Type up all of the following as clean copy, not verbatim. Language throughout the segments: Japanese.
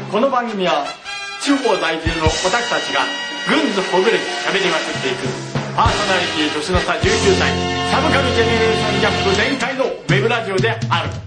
この番組は地方在住のオタクたちがぐんずほぐれて喋りまくっていくパーソナリティ年の差19歳サブカルジェネレーションギャップ全開のウェブラジオである。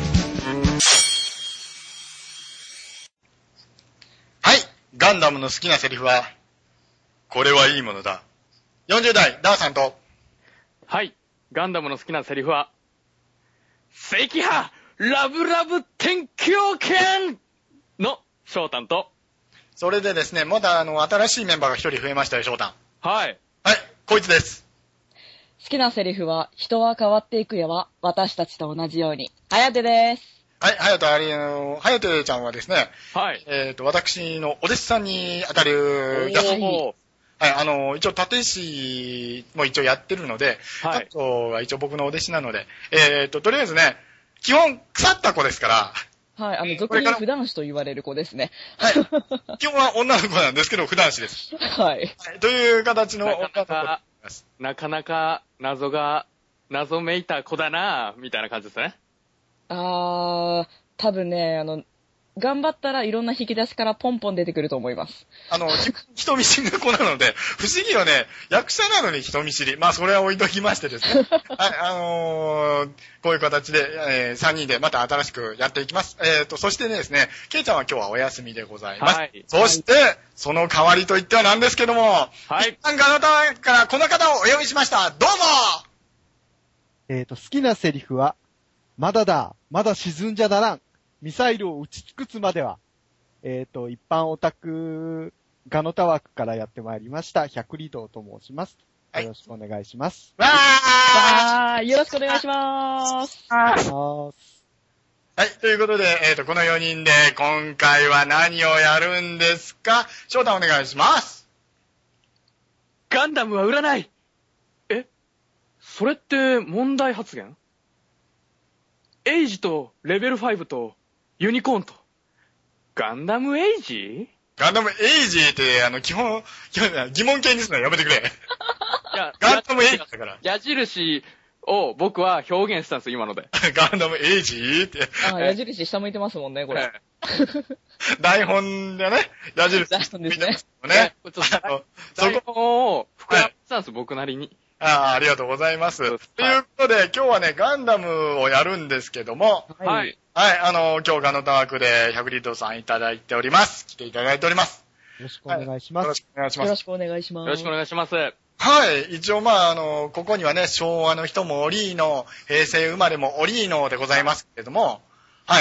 はい、ガンダムの好きなセリフはこれはいいものだ。40代ダーさんと、 はい、ガンダムの好きなセリフは赤波ラブラブ天狂犬の翔太と、 それでですね、まだ新しいメンバーが一人増えましたよ、翔太。 はい。 はい、こいつです。 好きなセリフは、人は変わっていくやは、私たちと同じように。はやてです。 はい、はやてちゃんはですね、 はい。 私のお弟子さんに当たるやつ。はい、一応、立石も一応やってるので、 はい。 あとは一応僕のお弟子なので、とりあえずね、基本、腐った子ですから、 はい、俗に普段子と言われる子ですね。 はい。基本は女の子なんですけど、普段子です。 はい。 はい、という形の女の子です。 なかなか謎めいた子だなぁ、みたいな感じですね。 多分ね、頑張ったらいろんな引き出しからポンポン出てくると思います。 人見知りの子なので、不思議よね。役者なのに人見知り。まあ、それは置いときましてですね。はい、こういう形で、3人でまた新しくやっていきます。そしてですね、ケイちゃんは今日はお休みでございます。 はい。 そして、その代わりといってはなんですけども、 はい。 一般あなたからこの方をお呼びしました。どうぞ。 好きなセリフは、まだ沈んじゃならん。ミサイルを撃ち尽くすまでは。一般オタク、ガノタ枠からやってまいりました、百里道と申します。 はい。 よろしくお願いします。 わーよろしくお願いします。 はい、ということで、この4人で今回は何をやるんですか？翔太お願いします。 ガンダムは売らない。それって問題発言？エイジとレベル5とユニコーンとガンダムエイジ？ ガンダムエイジって基本疑問形にするのやめてくれ。 いや、 ガンダムエイジだから。 矢印を僕は表現したんですよ、今ので。 ガンダムエイジって。 矢印下向いてますもんね、これ。 台本でね、矢印下向いてますもんね。 台本を膨らましたんです、僕なりに。 ありがとうございます。ということで、今日はね、ガンダムをやるんですけども、 はい。 はい、今日ガノタ枠で百里道さんいただいております。来ていただいております。 よろしくお願いします。 よろしくお願いします。 よろしくお願いします。 よろしくお願いします。 はい。一応ここにはね、昭和の人もおりーの、平成生まれもおりーのでございますけれども、はい。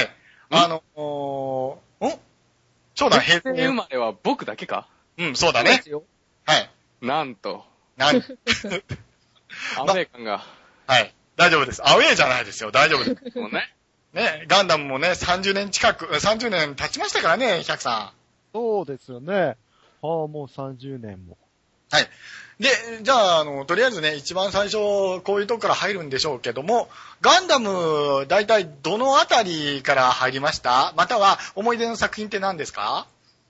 そうだ、 平成生まれは僕だけか？ うん、そうだね。はい。 なんと。 アウェー感が。 はい。大丈夫です。アウェーじゃないですよ。大丈夫です。 もうね。 ね、ガンダムもね、30年経ちましたからね、100さん。 そうですよね。もう30年も。 はい。で、じゃあ、とりあえずね、一番最初、こういうとこから入るんでしょうけども、ガンダム、だいたいどのあたりから入りました？または、思い出の作品って何ですか？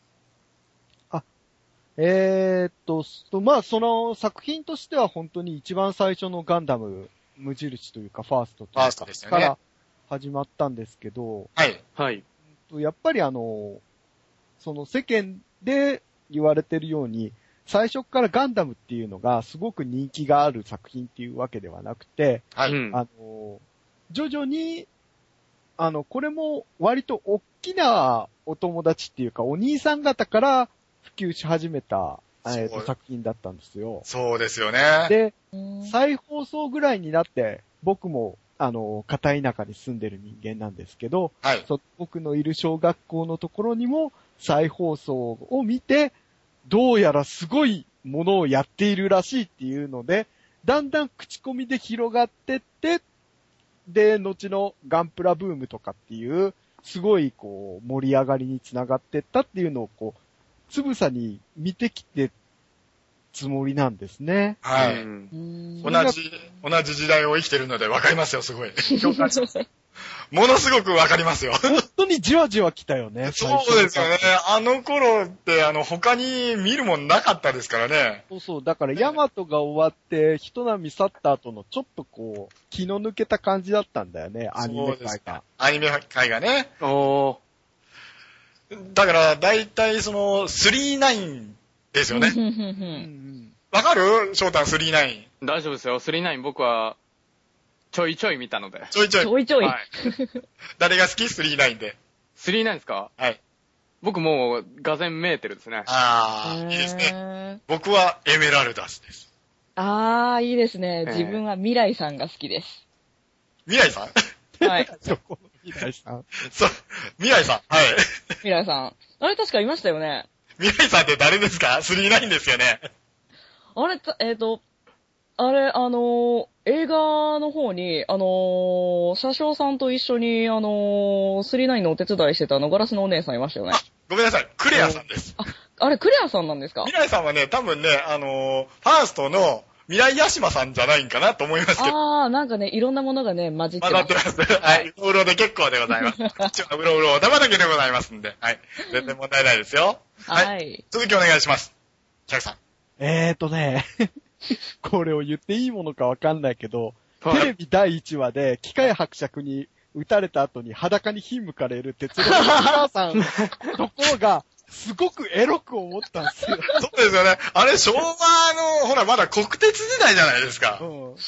まあ、その作品としては本当に一番最初のガンダム無印というか、ファーストというか、 ですよね、 から始まったんですけど、 はい。 はい。 やっぱりその世間で言われてるように、最初からガンダムっていうのがすごく人気がある作品っていうわけではなくて、 はい。 徐々に、これも割と大きなお友達っていうか、お兄さん方から普及し始めた、作品だったんですよ。 そうですよね。 で、再放送ぐらいになって、僕も、片田舎に住んでる人間なんですけど、 はい。 僕のいる小学校のところにも再放送を見て、どうやらすごいものをやっているらしいっていうので、だんだん口コミで広がってって、で、後のガンプラブームとかっていう、すごいこう、盛り上がりにつながってったっていうのをこう、つぶさに見てきてつもりなんですね。 はい。同じ時代を生きてるので分かりますよ、すごい。ものすごく分かりますよ。 本当にじわじわ来たよね。 そうですよね。あの頃って他に見るもんなかったですからね。 そう。だからヤマトが終わって人波去った後のちょっとこう、気の抜けた感じだったんだよね、アニメ界が。 アニメ界がね。 だから、だいたい39ですよね。わかる？翔太39。 大丈夫ですよ。39僕は、ちょいちょい見たので。 ちょいちょい。 ちょいちょい。 はい。 誰が好き？ 39 で。 39ですか？ はい。 僕もう、がぜんメーテルですね。 いいですね。僕はエメラルダスです。 いいですね。自分は未来さんが好きです。 未来さんはい。 そこの未来さん。 そう、未来さん。はい。 未来さん。あれ確かいましたよね。 未来さんって誰ですか？ 39 ですよね。 あれ、映画の方に、車掌さんと一緒に、39のお手伝いしてたガラスのお姉さんいましたよね。 ごめんなさい。クレアさんです。 あれ、クレアさんなんですか？ 未来さんはね、多分ね、ファーストの未来ヤシマさんじゃないんかなと思いますけど。 なんかね、いろんなものがね、混じってます。 混ざってます。はい。うろうろで結構でございます。こっちはうろうろおたまだけでございますんで。はい。全然問題ないですよ。 はい。 続きお願いします。キャクさん。 これを言っていいものかわかんないけど、 はい、 テレビ第1話で機械伯爵に撃たれた後に裸に火向かれる鉄郎のお母さんのところが、すごくエロく思ったんですよ。 そうですよね。あれ、昭和の、ほら、まだ国鉄時代じゃないですか。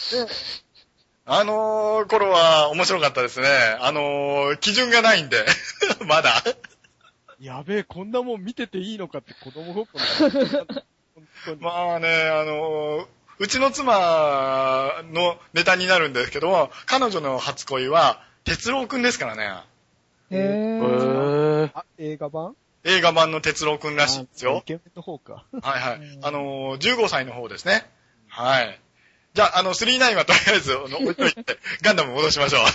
頃は面白かったですね。基準がないんで。まだ。 やべえ、こんなもん見てていいのかって子供ごっこまあね、うちの妻のネタになるんですけども、彼女の初恋は、哲郎くんですからね。 映画版？ 映画版の哲郎くんらしいんですよ。 イケメンの方か。 はいはい。15歳の方ですね。はい。じゃあ、39はとりあえず、置いといて、ガンダム戻しましょう。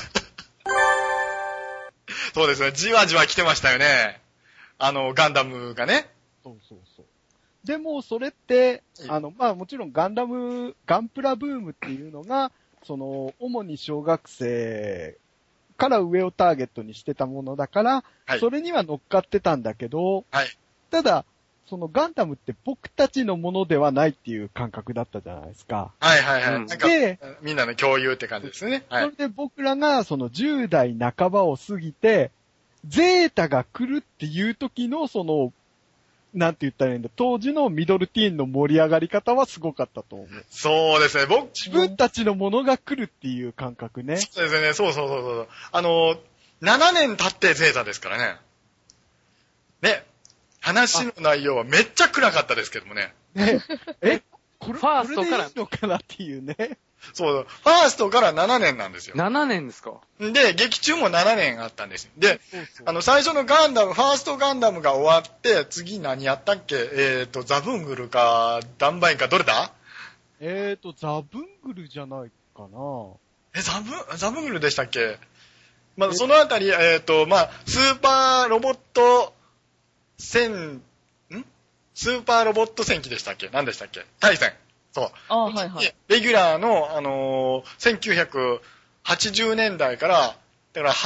そうですね。じわじわ来てましたよね。ガンダムがね。 そう。でも、それって、もちろんガンプラブームっていうのが、主に小学生から上をターゲットにしてたものだから、はい、それには乗っかってたんだけど、はい、ただ、ガンダムって僕たちのものではないっていう感覚だったじゃないですか。 はいはいはい。で、みんなの共有って感じですね。はい、 それで僕らが10代半ばを過ぎて、ゼータが来るっていう時のなんて言ったらいいんだ、当時のミドルティーンの盛り上がり方はすごかったと思う。 そうですね、 自分たちのものが来るっていう感覚ね。 そうですね、そう。7年経ってゼータですからね。ね。話の内容はめっちゃ暗かったですけどもね。 これファーストからいいのかなっていうね。 そう、ファーストから7年なんですよ。 7年ですか？ で、劇中も7年あったんですよ。で、最初のガンダム、ファーストガンダムが終わって、次何やったっけ？ザブングルか、ダンバインか、どれだ？ ザブングルじゃないかな。 ザブングルでしたっけ？まあ、そのあたり、スーパーロボットスーパーロボット戦記でしたっけ？何でしたっけ？対戦。そう。 はいはい。 レギュラーの、1980年代から、だから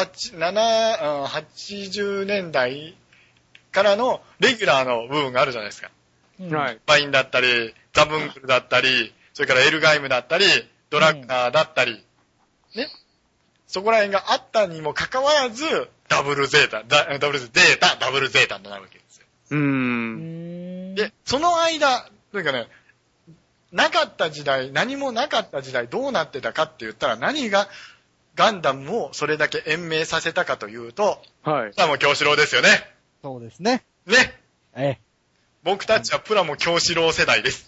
80年代からのレギュラーの部分があるじゃないですか。 はい。 バインだったり、ザブングルだったり、それからエルガイムだったり、ドラグナーだったり、ね。そこら辺があったにもかかわらず、ダブルゼータとなるわけですよ。で、その間、というかね、なかった時代、何もなかった時代どうなってたかって言ったら、何がガンダムをそれだけ延命させたかというと、 はい。 プラモ京志郎ですよね。 そうですね。 ね。僕たちはプラモ京志郎世代です。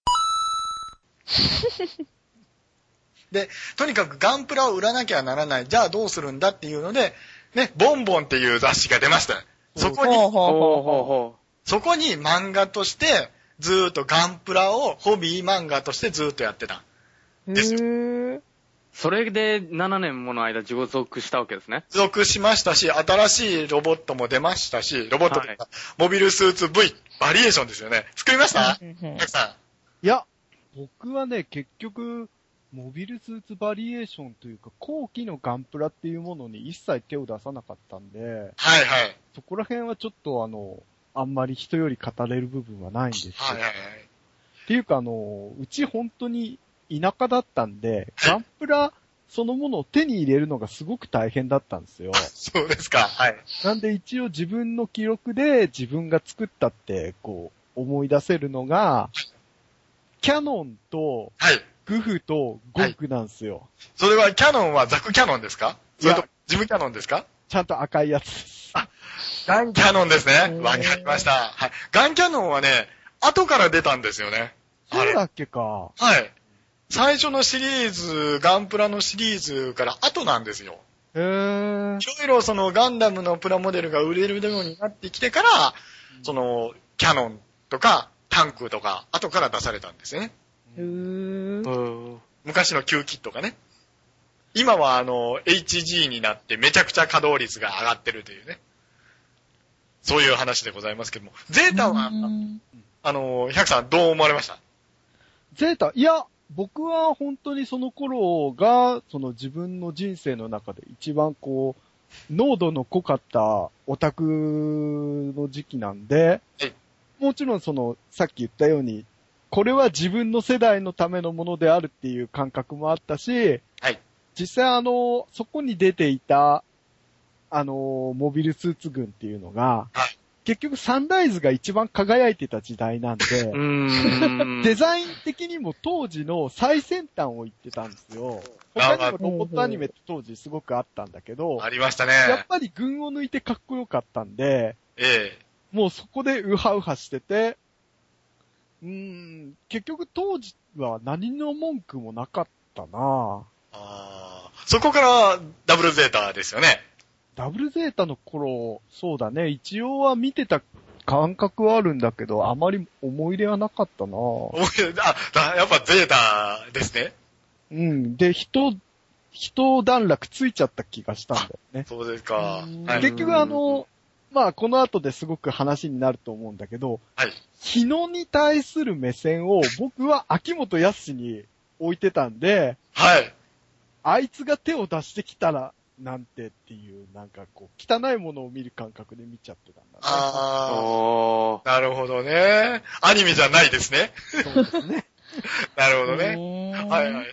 で、とにかくガンプラを売らなきゃならない。じゃあどうするんだっていうので、ね、ボンボンっていう雑誌が出ました。そこに漫画として、ずーっとガンプラをホビー漫画としてずーっとやってた。ですよ。 それで7年もの間持続したわけですね。 持続しましたし、新しいロボットも出ましたし、ロボットとか、はい、モビルスーツ V、バリエーションですよね。作りました？たくさん。いや、僕はね、結局、モビルスーツバリエーションというか、後期のガンプラっていうものに一切手を出さなかったんで、 はいはい。 そこら辺はちょっとあんまり人より語れる部分はないんですよ。 はいはいはい。 っていうかうち本当に田舎だったんで、ガンプラそのものを手に入れるのがすごく大変だったんですよ。 そうですか。はい。 なんで一応自分の記録で自分が作ったってこう思い出せるのが、キャノンとはい。 グフとゴッグなんですよ。 それはキャノンはザクキャノンですか？それといやジムキャノンですか？ ちゃんと赤いやつです。 ガンキャノンですね。 うんわかりました。はい。ガンキャノンはね、後から出たんですよね。あれ。 そうだっけか。 はい。最初のシリーズ、ガンプラのシリーズから後なんですよ。 へー。 いろいろそのガンダムのプラモデルが売れるようになってきてから、そのキャノンとかタンクとか後から出されたんですよね。 へー。 うん。 昔の旧キットがね。今はHG になってめちゃくちゃ稼働率が上がってるというね。そういう話でございますけども。ゼータは、100さんどう思われました？ ゼータ、いや、僕は本当にその頃が、その自分の人生の中で一番こう、濃度の濃かったオタクの時期なんで、 はいもちろんその、さっき言ったように、これは自分の世代のためのものであるっていう感覚もあったし、 はい。 実際そこに出ていた、モビルスーツ軍っていうのが、 はい結局サンライズが一番輝いてた時代なんで、デザイン的にも当時の最先端を言ってたんですよ。他にもロボットアニメって当時すごくあったんだけど、 ありましたね。 やっぱり群を抜いてかっこよかったんで、 ええ。 もうそこでウハウハしてて、結局当時は何の文句もなかったなそこからダブルゼータですよね。 ダブルゼータの頃、そうだね、一応は見てた感覚はあるんだけど、あまり思い入れはなかったなやっぱゼータですね。 で、一段落ついちゃった気がしたんだよね。 そうですか。はい。 結局まあ、この後ですごく話になると思うんだけど、 はい。 日野に対する目線を僕は秋元康に置いてたんで、 はい。 あいつが手を出してきたら、なんてっていう、なんかこう、汚いものを見る感覚で見ちゃってたんだね。 なるほどね。アニメじゃないですね。 そうですね。 なるほどね。はいはい。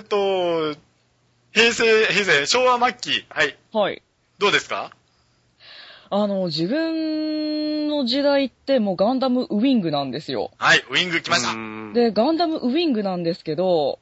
平成、昭和末期。はい。 はい。 どうですか？ 自分の時代ってもうガンダムウィングなんですよ。 はい、ウィング来ました。 で、ガンダムウィングなんですけど、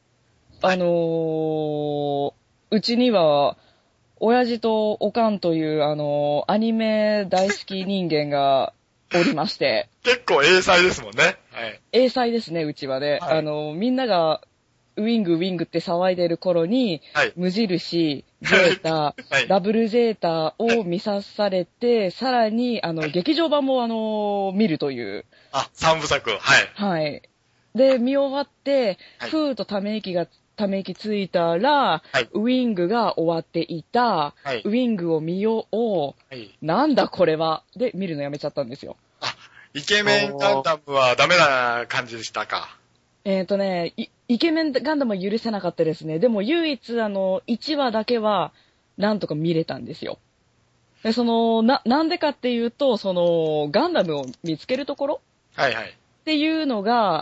うちには、親父とおかんという、アニメ大好き人間がおりまして。 結構英才ですもんね。はい。 英才ですね、うちはね。 はい、 みんなが、ウィングって騒いでる頃に、 はい、 無印、ゼータ、 はい、 ダブルゼータを見さされて、さらに、劇場版も見るという。 3部作、はい。 はい。で、見終わって、 はい、 ふーとため息ついたら、 はい、 ウィングが終わっていた、 はい、 ウィングを見よう、はい、なんだこれは、で、見るのやめちゃったんですよ。 イケメンガンダムはダメな感じでしたか？ イケメンガンダムは許せなかったですね。でも唯一1話だけは、なんとか見れたんですよ。で、なんでかっていうと、ガンダムを見つけるところはいはい。 っていうのが、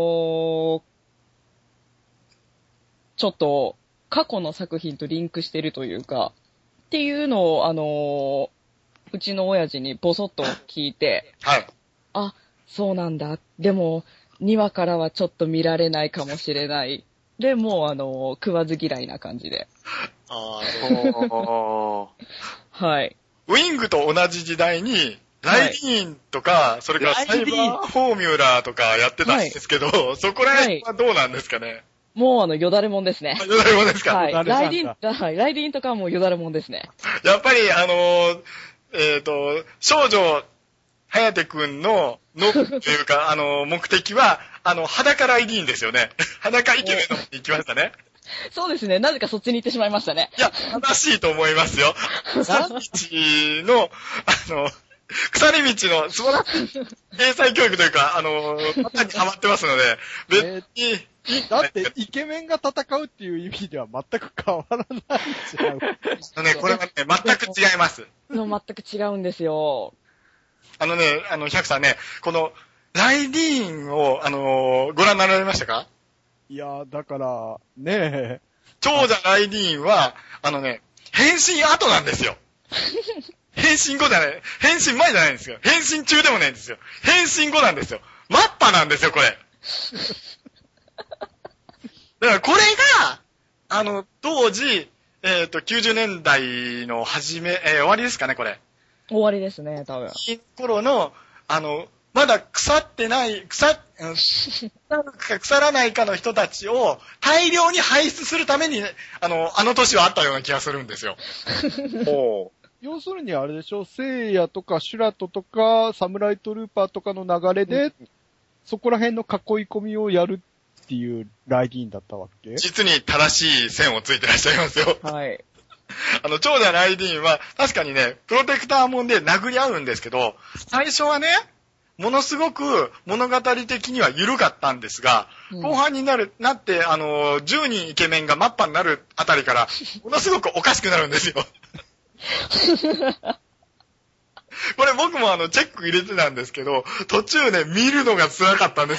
ちょっと、過去の作品とリンクしてるというか、っていうのを、うちの親父にボソッと聞いて、 はい。 そうなんだ。でも、2話からはちょっと見られないかもしれない。で、もう食わず嫌いな感じで。はい。 ウィングと同じ時代に、ライディーンとか、それからサイバーフォーミュラーとかやってたんですけど、そこら辺はどうなんですかね？ もうよだれもんですね。 よだれもんですか？ はい。ライディーンとかはもうよだれもんですね。 やっぱり少女、はやてくんのというか、目的は、裸ライディーンですよね。裸イケメンの方に行きましたね。 そうですね。なぜかそっちに行ってしまいましたね。 いや、正しいと思いますよ。鎖道の、鎖道の素晴らしい英才教育というか、パターンにハマってますので、別に、 だって、イケメンが戦うっていう意味では全く変わらないじゃん。 これはね、全く違います。 全く違うんですよ。 100さんね、この、ライディーンを、ご覧になられましたか？ いや、だから、ね長者ライディーンは、変身後なんですよ。変身後じゃない、変身前じゃないんですよ。変身中でもないんですよ。変身後なんですよ。マッパなんですよ、これ。だからこれが、当時、90年代の初め、終わりですかね、これ。 終わりですね、多分。 頃の、まだ腐ってない、腐らないかの人たちを大量に輩出するために、あの年はあったような気がするんですよ。 お要するにあれでしょ、聖夜とかシュラトとか、サムライトルーパーとかの流れで、そこら辺の囲い込みをやるっていうライディーンだったわけ？ 実に正しい線をついてらっしゃいますよ。 はい。 長者ライディーンは確かにね、プロテクターもんで殴り合うんですけど、最初はね、ものすごく物語的には緩かったんですが、後半になって、10人イケメンがマッパになるあたりから、ものすごくおかしくなるんですよ。これ僕もチェック入れてたんですけど、途中ね、見るのが辛かったんです。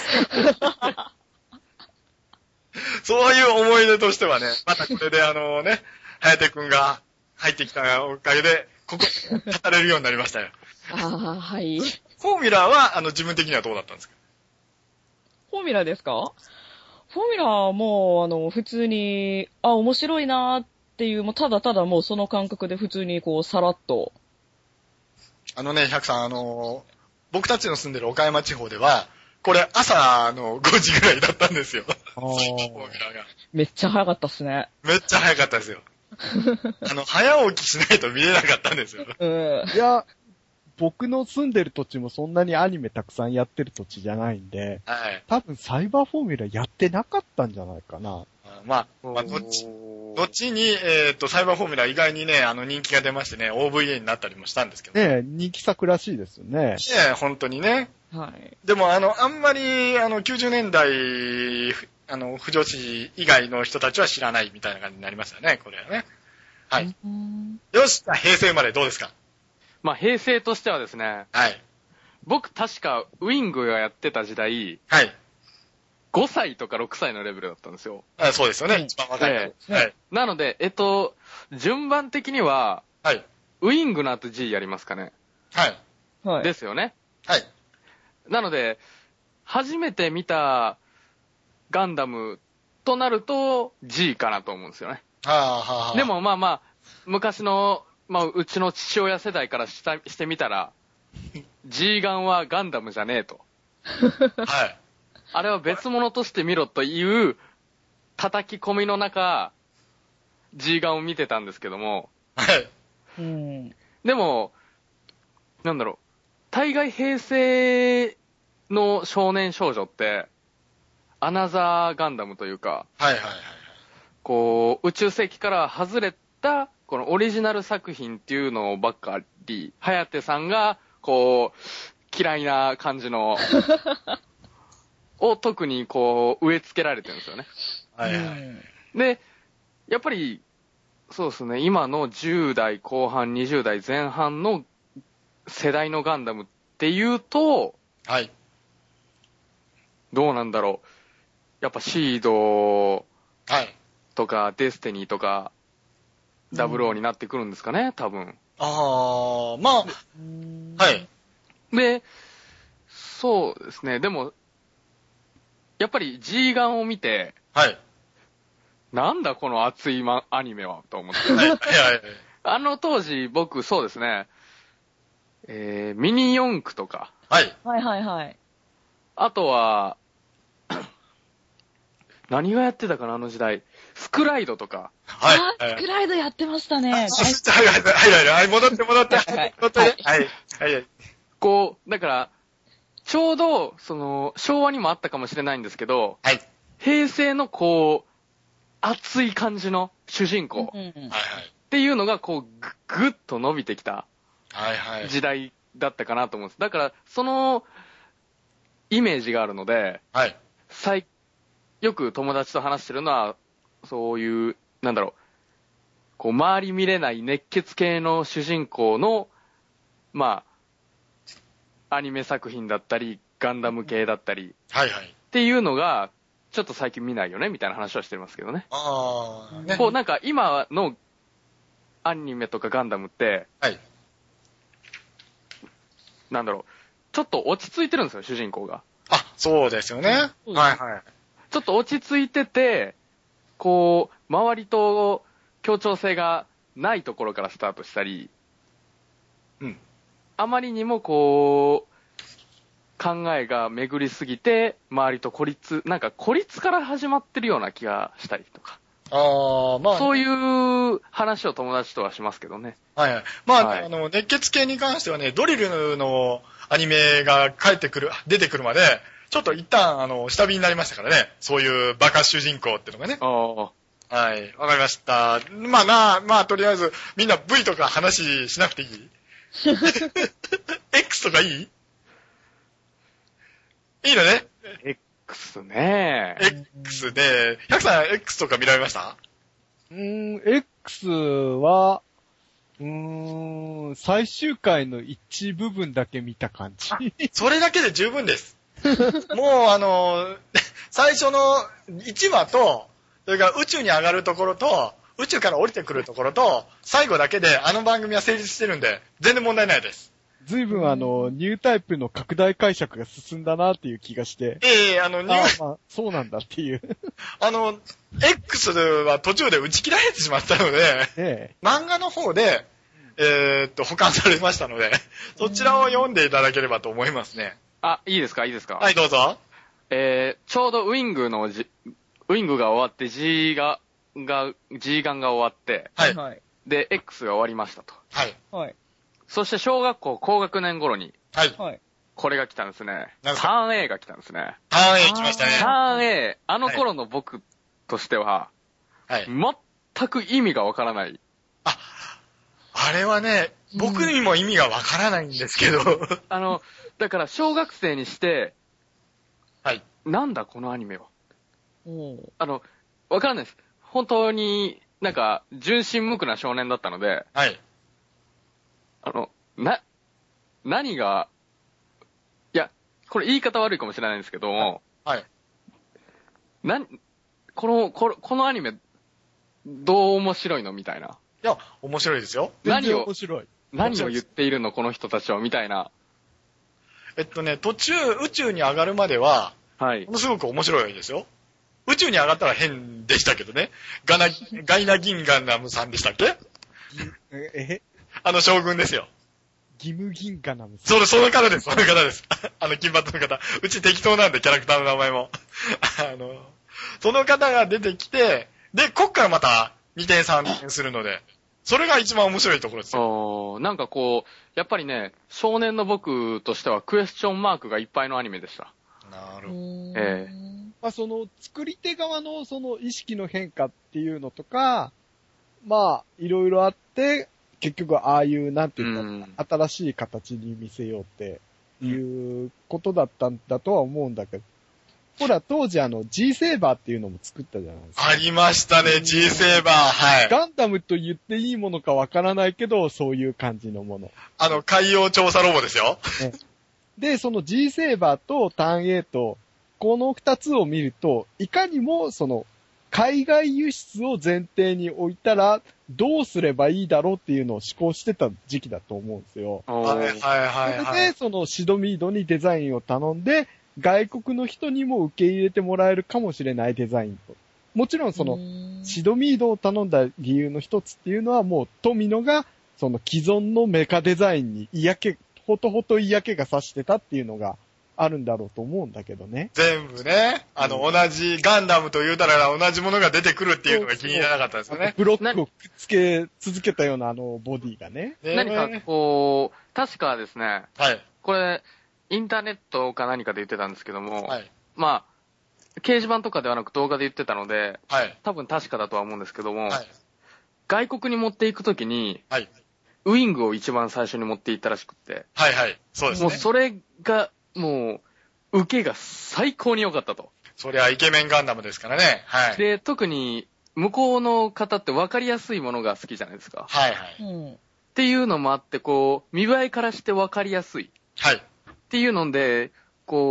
そういう思い出としてはね、またこれで颯くんが入ってきたおかげで、ここ語れるようになりましたよ。 ああ、はい。 フォーミュラは、自分的にはどうだったんですか？ フォーミュラですか？フォーミュラはもう、普通に、面白いなーっていう、もうただただもうその感覚で普通にこう、さらっと。 百さん、僕たちの住んでる岡山地方では、これ朝の5時ぐらいだったんですよ。フォーミュラが。 めっちゃ早かったっすね。 めっちゃ早かったですよ。早起きしないと見れなかったんですよ。 いや、僕の住んでる土地もそんなにアニメたくさんやってる土地じゃないんで、 はい。 多分サイバーフォーミュラやってなかったんじゃないかな。 まあ、どっちに、サイバーフォーミュラ意外にね、人気が出ましてね、OVA になったりもしたんですけど。 ねえ、人気作らしいですよね。 ねえ、本当にね。 はい。 でも、あんまり、90年代、不女子以外の人たちは知らないみたいな感じになりましたね、これはね。はい。よし、平成生までどうですか？ まあ、平成としてはですね、 はい。 僕確かウィングがやってた時代、 はい。 5歳とか6歳のレベルだったんですよ。 そうですよね、一番若い。はい。 なので、順番的には、 はい。 ウィングの後 G やりますかね。 はい。 はい。 ですよね。 はい。 なので、初めて見たガンダムとなると G かなと思うんですよね。でもまあまあ、昔の、まあ、うちの父親世代からしてみたら、G ガンはガンダムじゃねえと。 はい。 あれは別物として見ろという叩き込みの中、G ガンを見てたんですけども。 はい。 でも、なんだろう。大概平成の少年少女って、アナザーガンダムというか、 はいはいはい。 こう、宇宙世紀から外れた、このオリジナル作品っていうのばっかり、颯さんが、こう、嫌いな感じの、を特にこう、植え付けられてるんですよね。 はいはい。 で、やっぱり、そうですね、今の10代後半、20代前半の世代のガンダムっていうと、 はい。 どうなんだろう。やっぱシードとかデスティニーとか、00になってくるんですかね、多分。 まあ、はい。 で、そうですね、でも、やっぱり G ガンを見て、 はい。 なんだこの熱いアニメは、と思って。 はいはいはい。 当時、僕、そうですね、ミニ四駆とか。 はい。 はいはいはい。あとは、何がやってたかな、あの時代。スクライドとか。 はい。 スクライドやってましたね。 はい、戻って。はい。 こう、だから、ちょうど、昭和にもあったかもしれないんですけど、 はい。 平成のこう、熱い感じの主人公。 はいはい。 っていうのが、こう、ぐっと伸びてきた。 はいはい。 時代だったかなと思うんです。だから、その、イメージがあるので、 はい。 よく友達と話してるのは、そういう、なんだろう、こう、周り見れない熱血系の主人公の、まあ、アニメ作品だったり、ガンダム系だったり、 はいはい。 っていうのが、 ちょっと最近見ないよねみたいな話はしてますけどね。 ああ、ね。 こうなんか今のアニメとかガンダムって、 はい。 なんだろう、ちょっと落ち着いてるんですよ、主人公が。 あ、そうですよね。はいはい。 ちょっと落ち着いてて、こう、周りと協調性がないところからスタートしたり、 うん。 あまりにもこう、考えが巡りすぎて、周りとなんか孤立から始まってるような気がしたりとか。 ああ、まあ、 そういう話を友達とはしますけどね。 はいはい。まあ、 はい熱血系に関してはね、ドリルのアニメが出てくるまで、ちょっと一旦、下火になりましたからね。そういうバカ主人公っていうのがね。 ああ。 はい。わかりました。まあ、とりあえず、みんな V とか話しなくていいX とかいいいいのね。 X ね。 X で、100さん X とか見られました？ X は、最終回の一部分だけ見た感じ。 それだけで十分です。もう最初の1話と、それから宇宙に上がるところと、宇宙から降りてくるところと、最後だけであの番組は成立してるんで、全然問題ないです。 随分ニュータイプの拡大解釈が進んだなっていう気がして。そうなんだっていう。 X は途中で打ち切られてしまったので、漫画の方で、保管されましたので、そちらを読んでいただければと思いますね。 あ、いいですか？ はい、どうぞ。 ちょうどウィングが終わって G ガンが終わって、 はい。 で、X が終わりましたと。 はい。 はい。 そして小学校高学年頃に、 はい。 これが来たんですね。 なんですか？ ターン A が来たんですね。 ターン A 来ましたね。 ターン A、あの頃の僕としては、 はい。 全く意味がわからない。 あれはね、僕にも意味がわからないんですけど。 だから小学生にして、 はい。 なんだこのアニメは。わからないです。本当になんか純真無垢な少年だったので、 はい。 何が、いや、これ言い方悪いかもしれないんですけども、 はい。 このアニメ、どう面白いのみたいな。 いや、面白いですよ。 何を言っているのこの人たちは、みたいな。 途中、宇宙に上がるまでは、 はい。 ものすごく面白いですよ。宇宙に上がったら変でしたけどね。ガイナ・ギンガンナムさんでしたっけ？将軍ですよ。 ギムギンガナムさん。その方です。金髪の方。うち適当なんで、キャラクターの名前も。その方が出てきて、で、こっからまた2点3点するので、それが一番面白いところですよ。 なんかこう、やっぱりね、少年の僕としてはクエスチョンマークがいっぱいのアニメでした。 なるほど。 その作り手側のその意識の変化っていうのとか、まあ、いろいろあって、結局ああいう、なんていうか、新しい形に見せようっていうことだったんだとは思うんだけど、ほら、当時G セーバーっていうのも作ったじゃないですか。 ありましたね、G セーバー。はい。 ガンダムと言っていいものかわからないけど、そういう感じのもの。 海洋調査ロボですよ。 ね、で、その G セーバーとターン A と、この二つを見ると、いかにも海外輸出を前提に置いたら、どうすればいいだろうっていうのを思考してた時期だと思うんですよ。 はい。 それで、シドミードにデザインを頼んで、外国の人にも受け入れてもらえるかもしれないデザインと。もちろんシドミードを頼んだ理由の一つっていうのはもう富野が既存のメカデザインにほと嫌気がさしてたっていうのがあるんだろうと思うんだけどね。 全部ね、同じガンダムと言うたら同じものが出てくるっていうのが気に入らなかったですよね。 ブロックをくっつけ続けたようなボディがね。 何かこう、確かですね。 はい。 これ、インターネットか何かで言ってたんですけども、 はい。 まあ、掲示板とかではなく動画で言ってたので、 はい。 多分確かだとは思うんですけども、 はい。 外国に持っていくときに、 はい。 ウィングを一番最初に持っていったらしくって。 はいはい。そうですね。 もうそれが、もう、受けが最高に良かったと。 そりゃイケメンガンダムですからね。はい。 で、特に、向こうの方って分かりやすいものが好きじゃないですか。 はいはい。 っていうのもあって、こう、見栄えからして分かりやすい。 はい。 っていうので、こう、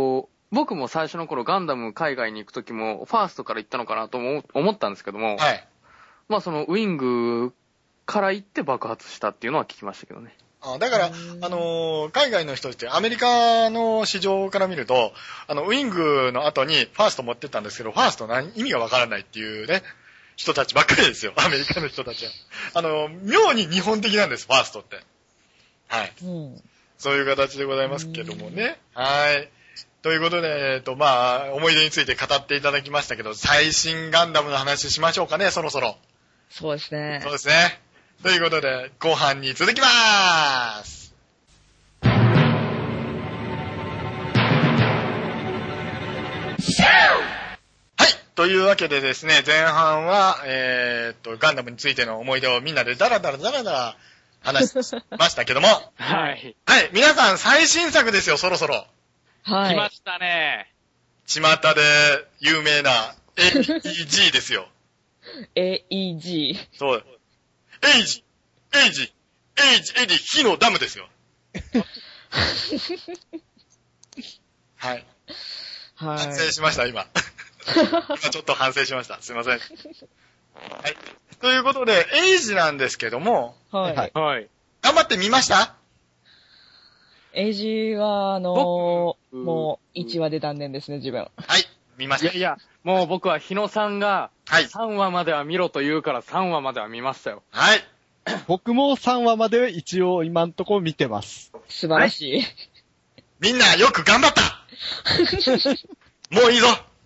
僕も最初の頃ガンダム海外に行くときも、ファーストから行ったのかなとも思ったんですけども、 はい。 まあそのウィングから行って爆発したっていうのは聞きましたけどね。 だから、海外の人って、アメリカの市場から見ると、ウィングの後にファースト持ってったんですけど、ファースト意味がわからないっていうね、人たちばっかりですよ、アメリカの人たちは。妙に日本的なんです、ファーストって。はい。そういう形でございますけどもね。はい。ということで、まあ、思い出について語っていただきましたけど、最新ガンダムの話しましょうかね、そろそろ。 そうですね。 そうですね。ということで、後半に続きまーす。はい。というわけでですね、前半は、ガンダムについての思い出をみんなでダラダラ話しましたけども。 はい。 はい。皆さん最新作ですよ、そろそろ。 はい。 来ましたね。 巷で有名な AEG ですよ。 AEG。 そう。エイジ、火のダムですよ。はい。 はい。 反省しました、今。今ちょっと反省しました。すいません。はい。ということで、エイジなんですけども、 はい。 はい。 頑張ってみました？ エイジは、もう1話で断念ですね、自分。 はい、見ました。 いや、もう僕は日野さんが、 はい。 3話までは見ろと言うから3話までは見ましたよ。 はい。 僕も3話まで一応今んとこ見てます。 素晴らしい。 みんなよく頑張ったもういいぞ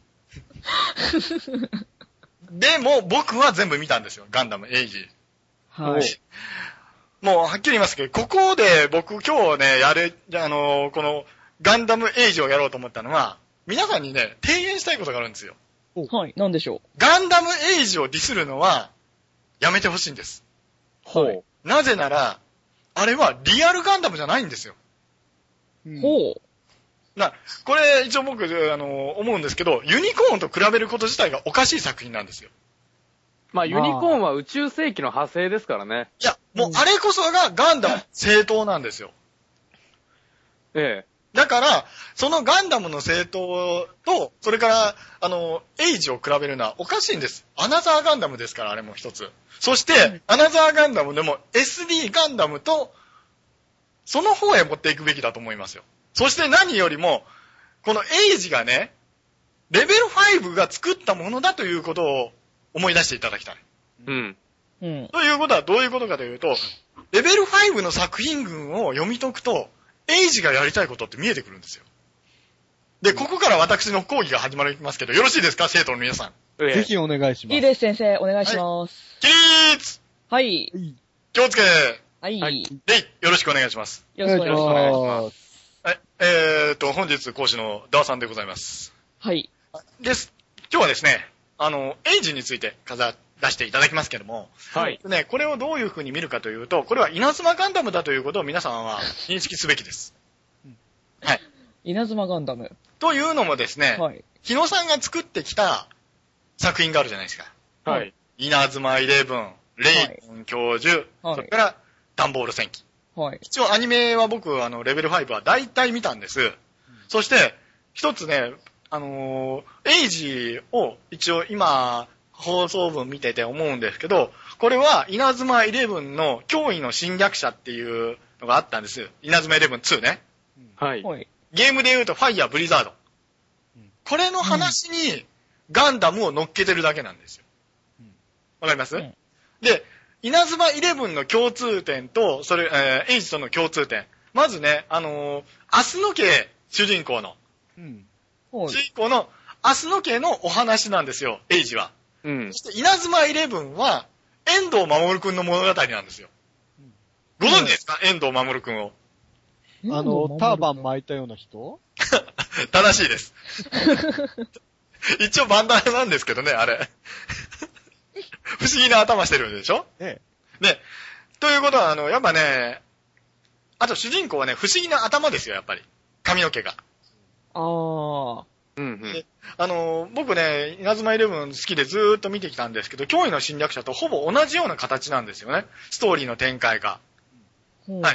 でも僕は全部見たんですよ。ガンダム、エイジ。 はい。 もうはっきり言いますけど、ここで僕今日ね、このガンダムエイジをやろうと思ったのは、皆さんにね、提言したいことがあるんですよ。 はい、なんでしょう。 ガンダムエイジをディスるのは、やめてほしいんです。 ほう。 なぜなら、あれはリアルガンダムじゃないんですよ。 ほう。 これ一応僕、思うんですけど、ユニコーンと比べること自体がおかしい作品なんですよ。 まあ、ユニコーンは宇宙世紀の派生ですからね。 いや、もうあれこそがガンダム正当なんですよ。 ええ。 だから、そのガンダムの正当と、それから、エイジを比べるのはおかしいんです。アナザーガンダムですから、あれも一つ。そして、アナザーガンダムでも SD ガンダムと、その方へ持っていくべきだと思いますよ。そして何よりも、このエイジがね、レベル5が作ったものだということを思い出していただきたい。 うん。 うん。 ということはどういうことかというと、レベル5の作品群を読み解くと、エイジがやりたいことって見えてくるんですよ。で、ここから私の講義が始まりますけど、よろしいですか、生徒の皆さん。 ぜひお願いします。 いいです、先生。お願いします。 起立！ はい。 気をつけ！ はい。 よろしくお願いします。 よろしくお願いします。 はい。本日講師のダーさんでございます。 はい。 です。今日はですね、エイジについて出していただきますけども、 はい。 ね、これをどういう風に見るかというと、これは稲妻ガンダムだということを皆さんは認識すべきです。はい。 稲妻ガンダム。 というのもですね、 はい。 日野さんが作ってきた作品があるじゃないですか。 はい。 稲妻イレブン、レイコン教授、 はい、 それからダンボール戦記。 はい。 一応アニメは僕、レベル5は大体見たんです。そして、一つね、エイジを一応今、放送分見てて思うんですけど、これは稲妻イレブンの脅威の侵略者っていうのがあったんです。稲妻イレブン2ね。 はい。 ゲームで言うとファイヤーブリザード。これの話にガンダムを乗っけてるだけなんですよ。わかります？で、稲妻イレブンの共通点と、エイジとの共通点。まずね、明日の家主人公の。主人公の明日の家のお話なんですよ、エイジは。 うん。 そして稲妻イレブンは、遠藤守くんの物語なんですよ。ご存知ですか？遠藤守くんを。 ターバン巻いたような人？ 正しいです。一応バンダナなんですけどね、あれ。不思議な頭してるんでしょ？ ええ。で、ということは、やっぱね、あと主人公はね、不思議な頭ですよ、やっぱり。髪の毛が。 ああ。 うんうん。 僕ね、稲妻イレブン好きでずーっと見てきたんですけど、脅威の侵略者とほぼ同じような形なんですよね。ストーリーの展開が。はい。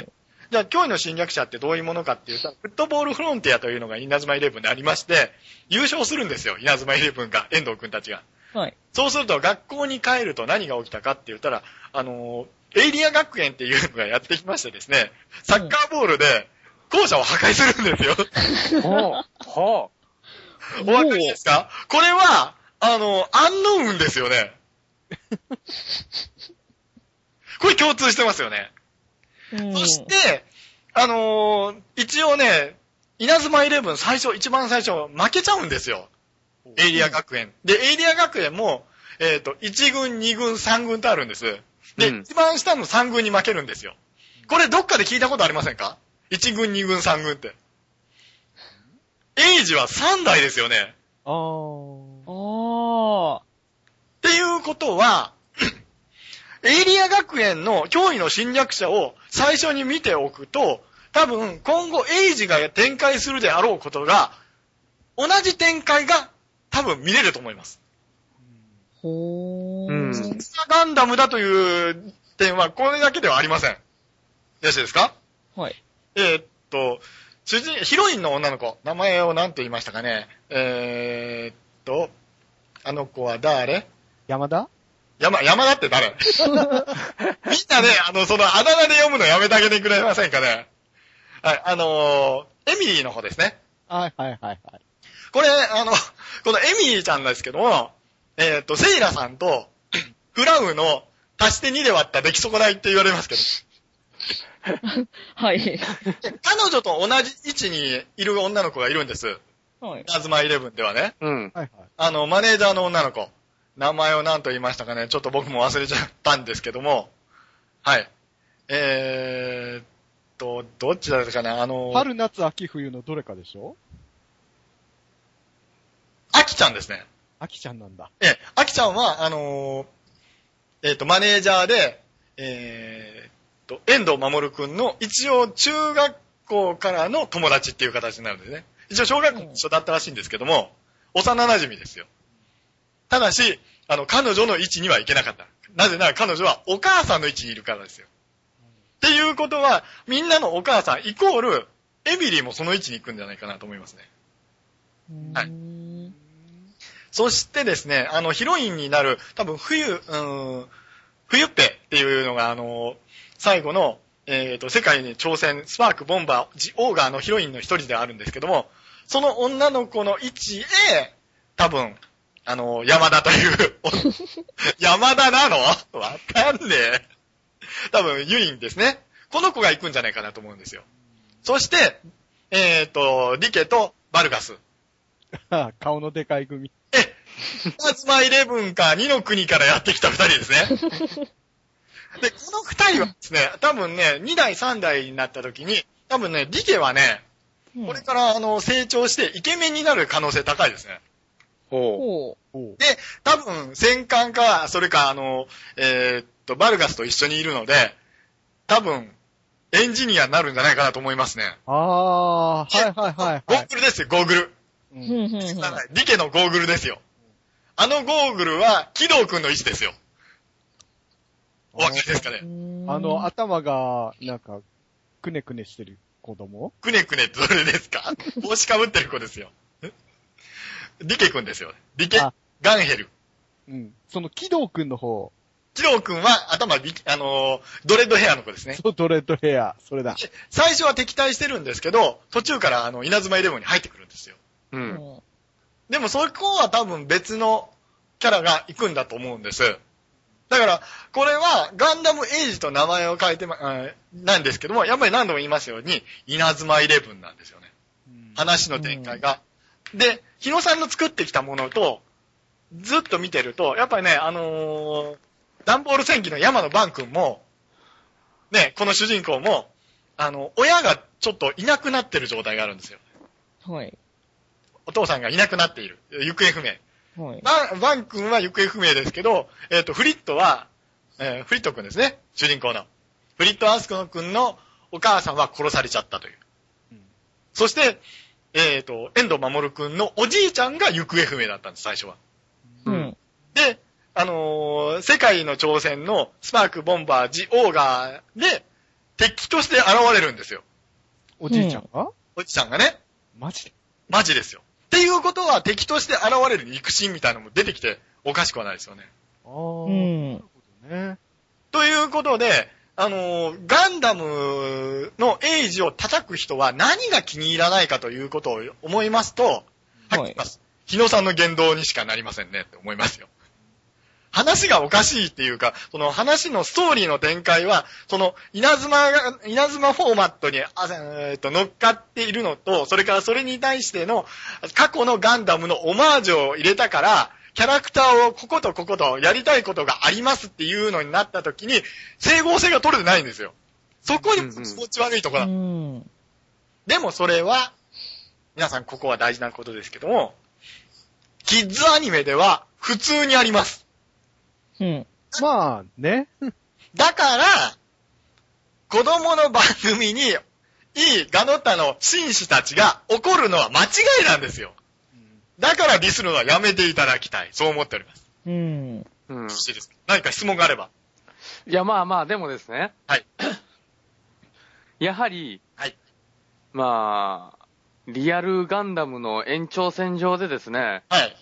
じゃあ、驚異の侵略者ってどういうものかっていうと、フットボールフロンティアというのが稲妻イレブンでありまして、優勝するんですよ、稲妻イレブンが、遠藤くんたちが。 はい。 そうすると、学校に帰ると何が起きたかって言ったら、エイリア学園っていうのがやってきましてですね、サッカーボールで校舎を破壊するんですよ。 はお分かりですか？これは、アンノウンですよね。これ共通してますよね。そして、一応ね、稲妻イレブン一番最初、負けちゃうんですよ。エイリア学園。で、エイリア学園も、1軍、2軍、3軍とあるんです。で、一番下の3軍に負けるんですよ。これどっかで聞いたことありませんか？ 1 軍、2軍、3軍って。エイジは3代ですよね。 ああ。 っていうことは、エイリア学園の驚異の侵略者を最初に見ておくと、多分今後エイジが展開するであろうことが、同じ展開が多分見れると思います。 ほー。 ガンダムだという点はこれだけではありません。よろしいですか？ はい。 ヒロインの女の子、名前を何と言いましたかね。あの子は誰？ 山田って誰？みんなね、そのあだ名で読むのやめてあげてくれませんかね。はい、エミリーの方ですね。 はい。 これ、このエミリーちゃんなんですけども、セイラさんと、フラウの足して2で割った出来損ないって言われますけど。 はい。 彼女と同じ位置にいる女の子がいるんです。 はい。 稲妻イレブンではね。 うん。 はい。 マネージャーの女の子。名前を何と言いましたかね。ちょっと僕も忘れちゃったんですけども。はい。どっちだったかな春、夏、秋、冬のどれかでしょ？ アキちゃんですね。 アキちゃんなんだ。 アキちゃんは、マネージャーで、遠藤守くんの一応中学校からの友達っていう形になるんですね。一応小学校一緒だったらしいんですけども、幼馴染ですよ。ただし、彼女の位置には行けなかった。なぜなら彼女はお母さんの位置にいるからですよ。っていうことは、みんなのお母さんイコール、エミリーもその位置に行くんじゃないかなと思いますね。はい。そしてですね、ヒロインになる、多分冬っぺっていうのが、最後の、世界に挑戦、スパーク、ボンバー、ジオーガーのヒロインの一人であるんですけども、その女の子の位置へ、多分、山田という、山田なの？わかんねえ。多分、ユインですね。この子が行くんじゃないかなと思うんですよ。そして、リケとバルガス。 顔のでかい組。 稲妻イレブンか2の国からやってきた2人ですね。で、この2人はですね、多分ね、2代3代になった時に、多分ね、リケはね、これから成長してイケメンになる可能性高いですね。 ほう。 で、多分戦艦か、それかバルガスと一緒にいるので、多分、エンジニアになるんじゃないかなと思いますね。 はい。ゴーグルですよ、ゴーグル。リケのゴーグルですよ。ゴーグルは、キドウくんの位置ですよ。お分かりですかね？ 頭が、なんか、くねくねしてる子供？ くねくねってどれですか？帽子かぶってる子ですよ。リケくんですよ。リケ、ガンヘル。 うん。その、キドウくんの方。 キドウくんは頭、ドレッドヘアの子ですね。 そう、ドレッドヘア。それだ。 最初は敵対してるんですけど、途中から稲妻イレブンに入ってくるんですよ。 うん。 でもそこは多分別のキャラが行くんだと思うんです。だから、これはガンダムエイジと名前を変えてなんですけども、やっぱり何度も言いますように、稲妻イレブンなんですよね。話の展開が。で、日野さんの作ってきたものと、ずっと見てると、やっぱりね、ダンボール戦記の山野バン君も、ね、この主人公も、親がちょっといなくなってる状態があるんですよ。 はい。 お父さんがいなくなっている。行方不明。 はい。 バン君は行方不明ですけど、フリットは、フリット君ですね。主人公の。フリットアスコ君のお母さんは殺されちゃったという。そして、遠藤守君のおじいちゃんが行方不明だったんです、最初は。で、世界の挑戦のスパーク、ボンバー、ジオーガーで敵として現れるんですよ。 おじいちゃんが、 おじちゃんがね。 マジでマジですよ。っていうことは敵として現れる肉親みたいなのも出てきておかしくはないですよね。 ああ、 うんなるほどね。 ということで、ガンダムのエイジを叩く人は何が気に入らないかということを思いますと、はっきり言います。日野さんの言動にしかなりませんねって思いますよ。話がおかしいっていうか、その話のストーリーの展開は、その稲妻フォーマットに乗っかっているのと、それからそれに対しての過去のガンダムのオマージュを入れたから、キャラクターをこことこことやりたいことがありますっていうのになった時に、整合性が取れてないんですよ。そこに気持ち悪いところだ。でもそれは、皆さんここは大事なことですけども、キッズアニメでは普通にあります。 うん。 まあね。 だから、子供の番組に、いいガノタの紳士たちが怒るのは間違いなんですよ。だからディスるのはやめていただきたい。そう思っております。 うん。 うん。 いいですか？何か質問があれば。 いや、まあまあ、でもですね。 はい。 やはり、 はい。 まあ、リアルガンダムの延長線上でですね、 はい。 うん。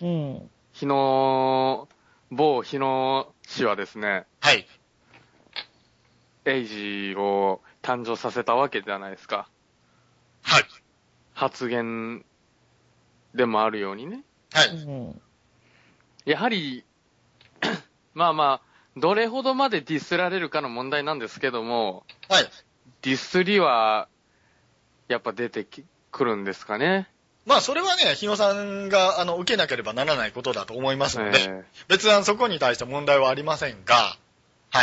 某日野氏はですね、 はい。 エイジを誕生させたわけじゃないですか。 はい。 発言でもあるようにね。 はうい。 ん。 やはり、まあまあ、どれほどまでディスられるかの問題なんですけども、 はい。 ディスりは、やっぱ出てくるんですかね。 まあ、それはね、日野さんが、受けなければならないことだと思いますので、別にそこに対して問題はありませんが、はい。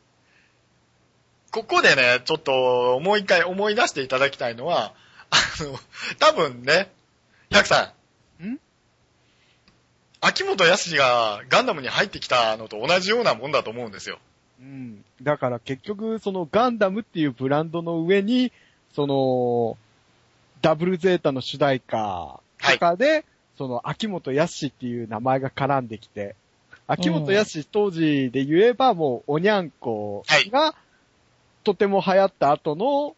ここでね、ちょっと、もう一回思い出していただきたいのは、多分ね、100さん。秋元康がガンダムに入ってきたのと同じようなもんだと思うんですよ。 うん。だから結局、そのガンダムっていうブランドの上に、その、ダブルゼータの主題歌とかで、その秋元康っていう名前が絡んできて、秋元康当時で言えばもうおにゃんこがとても流行った後の、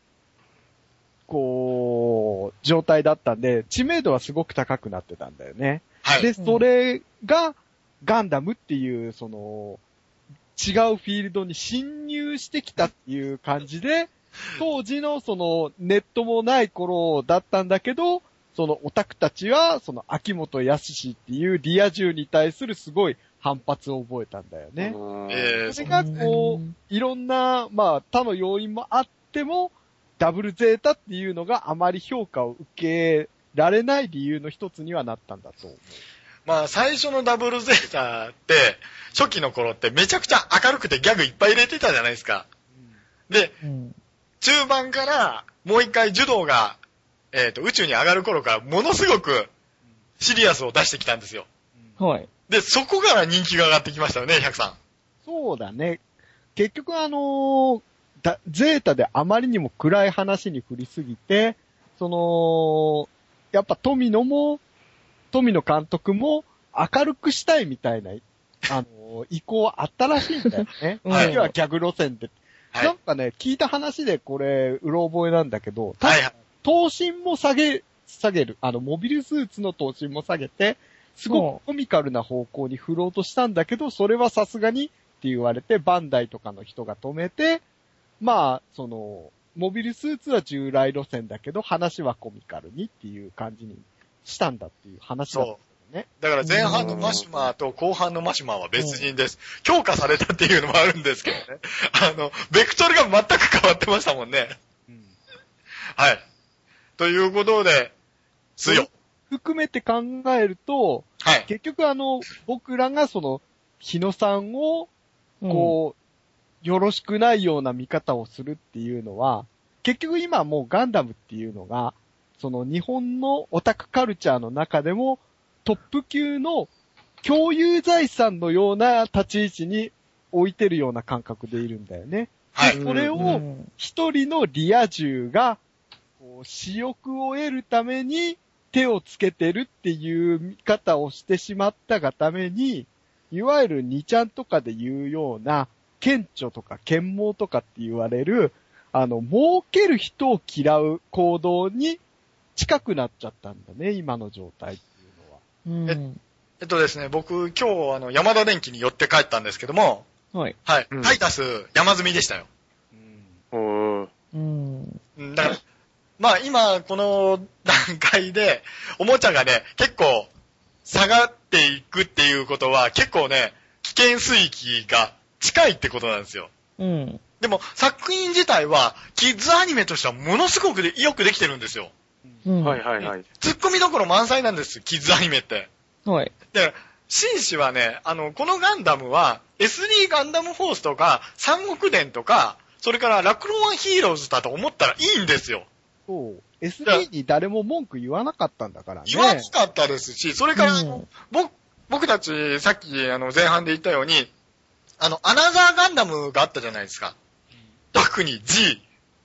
こう、状態だったんで、知名度はすごく高くなってたんだよね。 はい。 で、それがガンダムっていう、その、違うフィールドに侵入してきたっていう感じで、当時のそのネットもない頃だったんだけど、そのオタクたちはその秋元康っていうリア充に対するすごい反発を覚えたんだよね。それがこう、いろんな、まあ他の要因もあっても、ダブルゼータっていうのがあまり評価を受けられない理由の一つにはなったんだと思う。 まあ、最初のダブルゼータって、初期の頃ってめちゃくちゃ明るくてギャグいっぱい入れてたじゃないですか。で、中盤からもう一回柔道が、宇宙に上がる頃からものすごくシリアスを出してきたんですよ。 はい。 で、そこから人気が上がってきましたよね、100さん。 そうだね。結局ゼータであまりにも暗い話に振りすぎて、その、やっぱ富野監督も明るくしたいみたいな、意向はあったらしいんだよね。次はギャグ路線で。 はい、 なんかね、聞いた話でこれ、うろ覚えなんだけど、 はいはい、 頭身も下げる。モビルスーツの頭身も下げて、すごくコミカルな方向に振ろうとしたんだけど、それはさすがにって言われて、バンダイとかの人が止めて、まあ、その、モビルスーツは従来路線だけど、話はコミカルにっていう感じにしたんだっていう話だったんですよね。 だから前半のマシュマーと後半のマシュマーは別人です。強化されたっていうのもあるんですけどね。ベクトルが全く変わってましたもんね。はい。ということで、 含めて考えると、 はい、 結局僕らがその、日野さんを、こう、よろしくないような見方をするっていうのは、結局今もうガンダムっていうのが、その日本のオタクカルチャーの中でもトップ級の共有財産のような立ち位置に置いてるような感覚でいるんだよね。 はい。 それを一人のリア充が、こう私欲を得るために手をつけてるっていう見方をしてしまったがために、いわゆる2ちゃんとかで言うような、顕著とか顕毛とかって言われる、 儲ける人を嫌う行動に近くなっちゃったんだね、今の状態っていうのは。 うん。 ですね、僕、今日、山田電機に寄って帰ったんですけども、 はい。 はい。 うんタイタス山積みでしたよ。 おー。 うん。 だから、まあ今、この段階で、おもちゃがね、結構、下がっていくっていうことは、結構ね、危険水域が近いってことなんですよ。 うん。 でも、作品自体は、キッズアニメとしてはものすごくよくできてるんですよ。 うん。 はいはいはい。 ツッコミどころ満載なんです、キッズアニメって。 はい。 だから、紳士はね、このガンダムは、SD ガンダムフォースとか、三国伝とか、それからラクロワンヒーローズだと思ったらいいんですよ。 そう。SD に誰も文句言わなかったんだからね。 言わなかったですし、それから、 うん僕たち、さっき、前半で言ったように、アナザーガンダムがあったじゃないですか。特に G。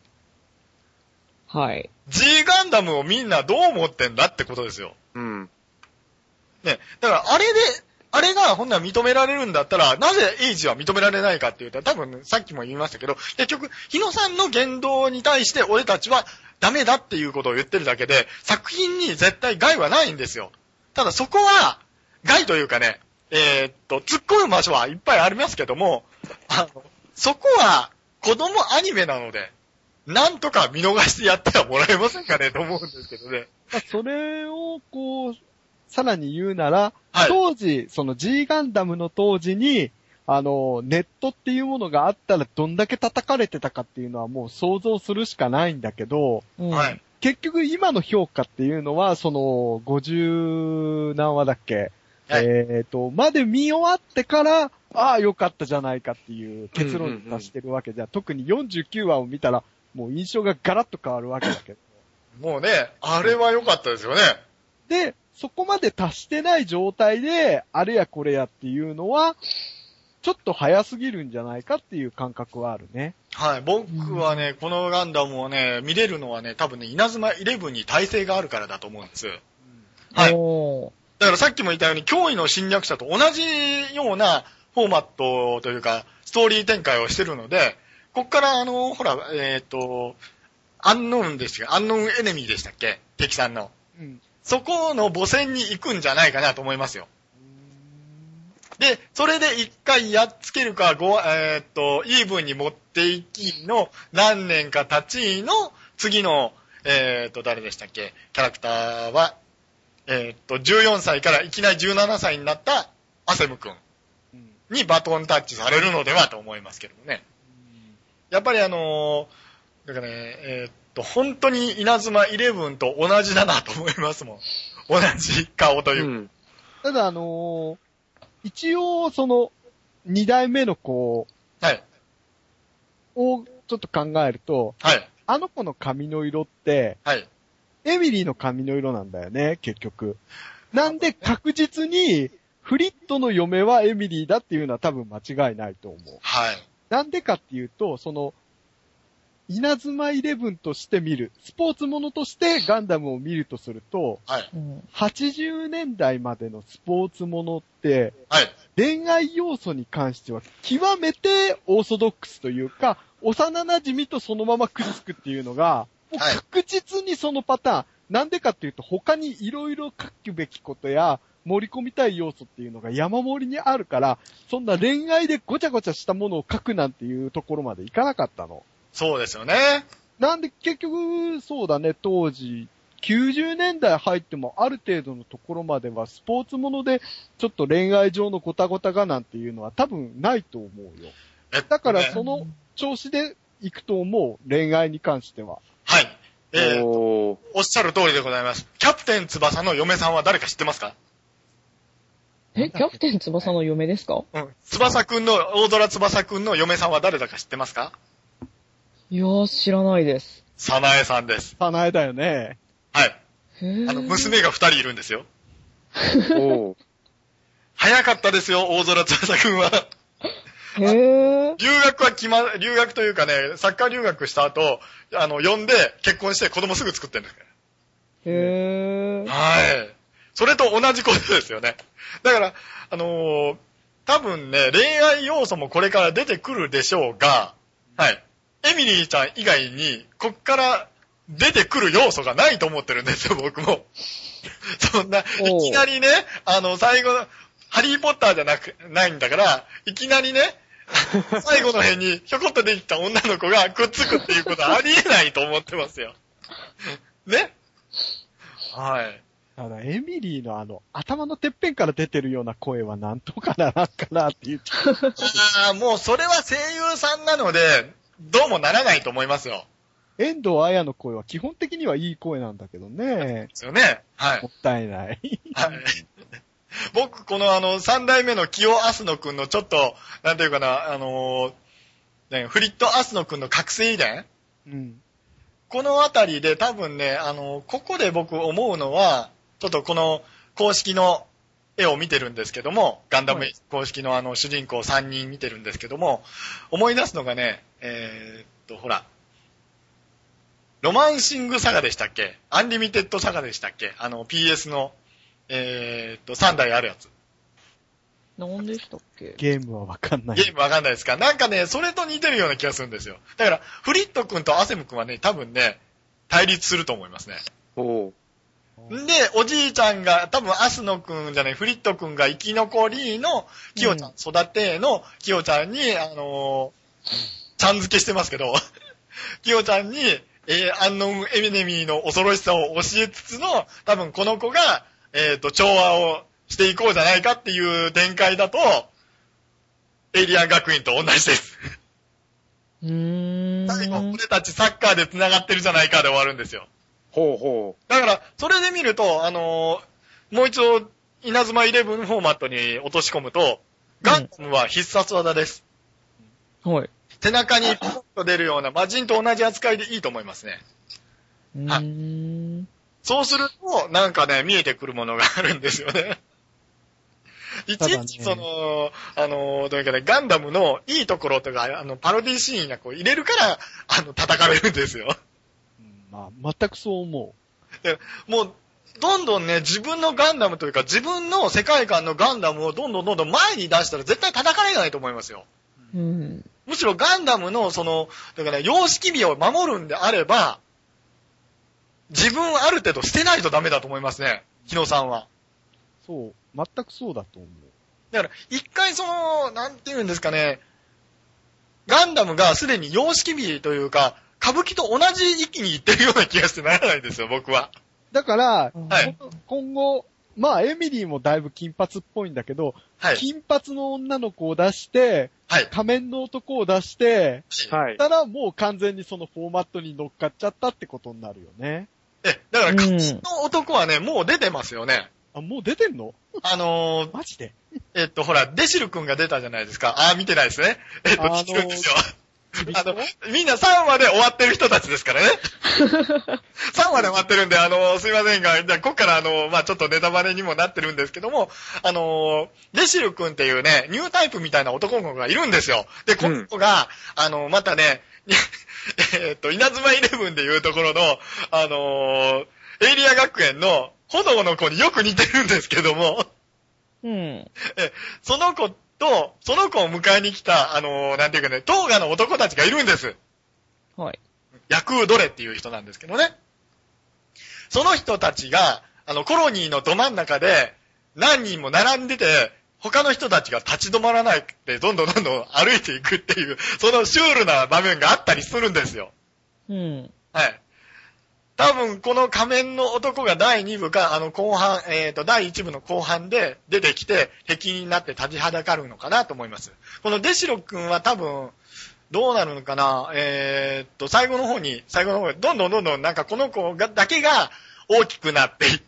はい。 G ガンダムをみんなどう思ってんだってことですよ。 うん。 ね。だから、あれがほんなら認められるんだったら、なぜエイジは認められないかっていうと、多分、さっきも言いましたけど、結局、日野さんの言動に対して俺たちはダメだっていうことを言ってるだけで、作品に絶対害はないんですよ。ただそこは、害というかね、突っ込む場所はいっぱいありますけども、そこは子供アニメなので、なんとか見逃してやってはもらえませんかねと思うんですけどね。 まあそれを、さらに言うなら、 はい当時、その G ガンダムの当時に、ネットっていうものがあったらどんだけ叩かれてたかっていうのはもう想像するしかないんだけど、 うん。 はい。 結局今の評価っていうのは、その、50何話だっけ、 はいまで見終わってから、ああ、よかったじゃないかっていう結論に達してるわけじゃ、特に49話を見たら、もう印象がガラッと変わるわけだけど。 もうね、あれは良かったですよね。 で、そこまで達してない状態で、あれやこれやっていうのは、ちょっと早すぎるんじゃないかっていう感覚はあるね。 はい。僕はね、このガンダムをね、見れるのはね、多分ね、稲妻11に耐性があるからだと思うんです。はい。 おー。 だからさっきも言ったように、驚異の侵略者と同じようなフォーマットというか、ストーリー展開をしてるので、こっからほら、アンノーンですよ。アンノーンエネミーでしたっけ？敵さんの。 うん。 そこの母船に行くんじゃないかなと思いますよ。で、それで一回やっつけるか、イーブンに持っていきの何年か経ちの次の、誰でしたっけ？キャラクターは、14歳からいきなり17歳になったアセム君にバトンタッチされるのではと思いますけどもね。やっぱりだからね、本当に稲妻11と同じだなと思いますもん。同じ顔というう。 ん。 ただ一応その、二代目の子はい。 をちょっと考えると、 はい。 あの子の髪の色って、 はい。 エミリーの髪の色なんだよね、結局。なんで確実に、フリットの嫁はエミリーだっていうのは多分間違いないと思う。 はい。 なんでかっていうと、その、稲妻11として見る、スポーツものとしてガンダムを見るとすると、 はい。 うん。 80年代までのスポーツものって、 はい。 恋愛要素に関しては極めてオーソドックスというか、幼馴染とそのままくっつくっていうのが、もうはい確実にそのパターン。なんでかっていうと他にいろいろ書くべきことや盛り込みたい要素っていうのが山盛りにあるから、そんな恋愛でごちゃごちゃしたものを書くなんていうところまでいかなかったの。 そうですよね。 なんで結局、そうだね、当時、90年代入ってもある程度のところまではスポーツものでちょっと恋愛上のごたごたがなんていうのは多分ないと思うよ。だからその調子で行くと思う、恋愛に関しては。 はい。 おー。 おっしゃる通りでございます。キャプテン翼の嫁さんは誰か知ってますか？ キャプテン翼の嫁ですか？ うん。翼くんの、大空翼くんの嫁さんは誰だか知ってますか？ いやー、知らないです。 サナエさんです。 花江だよね。 はい。 へー。 娘が2人いるんですよ。 おー。 早かったですよ、大空翼くんは。 へー。 留学というかね、サッカー留学した後、呼んで結婚して子供すぐ作ってるんですかへー。 ら。はい。それと同じことですよね。だから、多分ね、恋愛要素もこれから出てくるでしょうが、はい。 エミリーちゃん以外に、こっから出てくる要素がないと思ってるんですよ、僕も。そんな、いきなりね、最後の、ハリーポッターじゃないんだから、いきなりね、最後の辺にひょこっとできた女の子がくっつくっていうことはありえないと思ってますよ。ね？はい。 ただ、エミリーの頭のてっぺんから出てるような声はなんとかならんかなっていう。 もうそれは声優さんなので、どうもならないと思いますよ。 遠藤彩の声は基本的にはいい声なんだけどね。 ですよね。はい。 もったいない。 はい。僕、この三代目の清アスノくんのちょっと、なんていうかな、フリットアスノくんの覚醒遺伝、 うん。 このあたりで多分ね、ここで僕思うのは、ちょっとこの公式の絵を見てるんですけども、ガンダム公式の主人公3人見てるんですけども、思い出すのがね、ほら、ロマンシングサガでしたっけ？アンリミテッドサガでしたっけ？PS の、3台あるやつ。 何でしたっけ？ ゲームはわかんない。 ゲームわかんないですか？なんかね、それと似てるような気がするんですよ。だから、フリット君とアセム君はね、多分ね、対立すると思いますね。 おう。 で、おじいちゃんが、多分アスノ君じゃない、フリット君が生き残りの、キヨちゃん、育てのキヨちゃんに、ちゃん付けしてますけど、キヨちゃんに、アンノンエミネミーの恐ろしさを教えつつの、多分この子が、調和をしていこうじゃないかっていう展開だと、エイリアン学院と同じです。最後、俺たちサッカーで繋がってるじゃないかで終わるんですよ。 ほうほだから、それで見ると、もう一度、稲妻11フォーマットに落とし込むと、ガンダムは必殺技です。 はい。 背中にポンと出るような魔人と同じ扱いでいいと思いますね。そうすると、なんかね、見えてくるものがあるんですよね。いちいちどういうかね、ガンダムのいいところとか、パロディシーンがこう入れるから、叩かれるんですよ。 まあ、全くそう思う。もう、どんどんね、自分のガンダムというか、自分の世界観のガンダムをどんどん前に出したら絶対叩かれないと思いますよ。むしろガンダムのだから様式美を守るんであれば、自分ある程度捨てないとダメだと思いますね、日野さんは。 そう、全くそうだと思う。 だから、一回なんて言うんですかね、ガンダムがすでに様式美というか、歌舞伎と同じ域に行ってるような気がしてならないんですよ、僕は。 だから、 はい、 今後、まあ、エミリーもだいぶ金髪っぽいんだけど、はい、金髪の女の子を出して、はい、仮面の男を出して、はい。たらもう完全にそのフォーマットに乗っかっちゃったってことになるよね。 だから仮面の男はね、もう出てますよね。 あ、もう出てんの？マジで？ ほら、デシル君が出たじゃないですか。見てないですね。聞くんですよ。みんな3話で終わってる人たちですからね。3話で終わってるんで、すいませんが、ここからまあちょっとネタバレにもなってるんですけども、デシル君っていうね、ニュータイプみたいな男の子がいるんですよ。で、この子が、またね、稲妻11でいうところの、エイリア学園の炎の子によく似てるんですけども、その子と、その子を迎えに来た、なんていうかね、トーガの男たちがいるんです。 はい。 ヤクードレっていう人なんですけどね。その人たちが、コロニーのど真ん中で、何人も並んでて、他の人たちが立ち止まらないで、どんどん歩いていくっていう、そのシュールな場面があったりするんですよ。はい。多分、この仮面の男が第2部か、後半、第1部の後半で出てきて、敵になって立ちはだかるのかなと思います。このデシロ君は多分、どうなるのかな最後の方、どんどん、なんかこの子だけが大きくなっていって、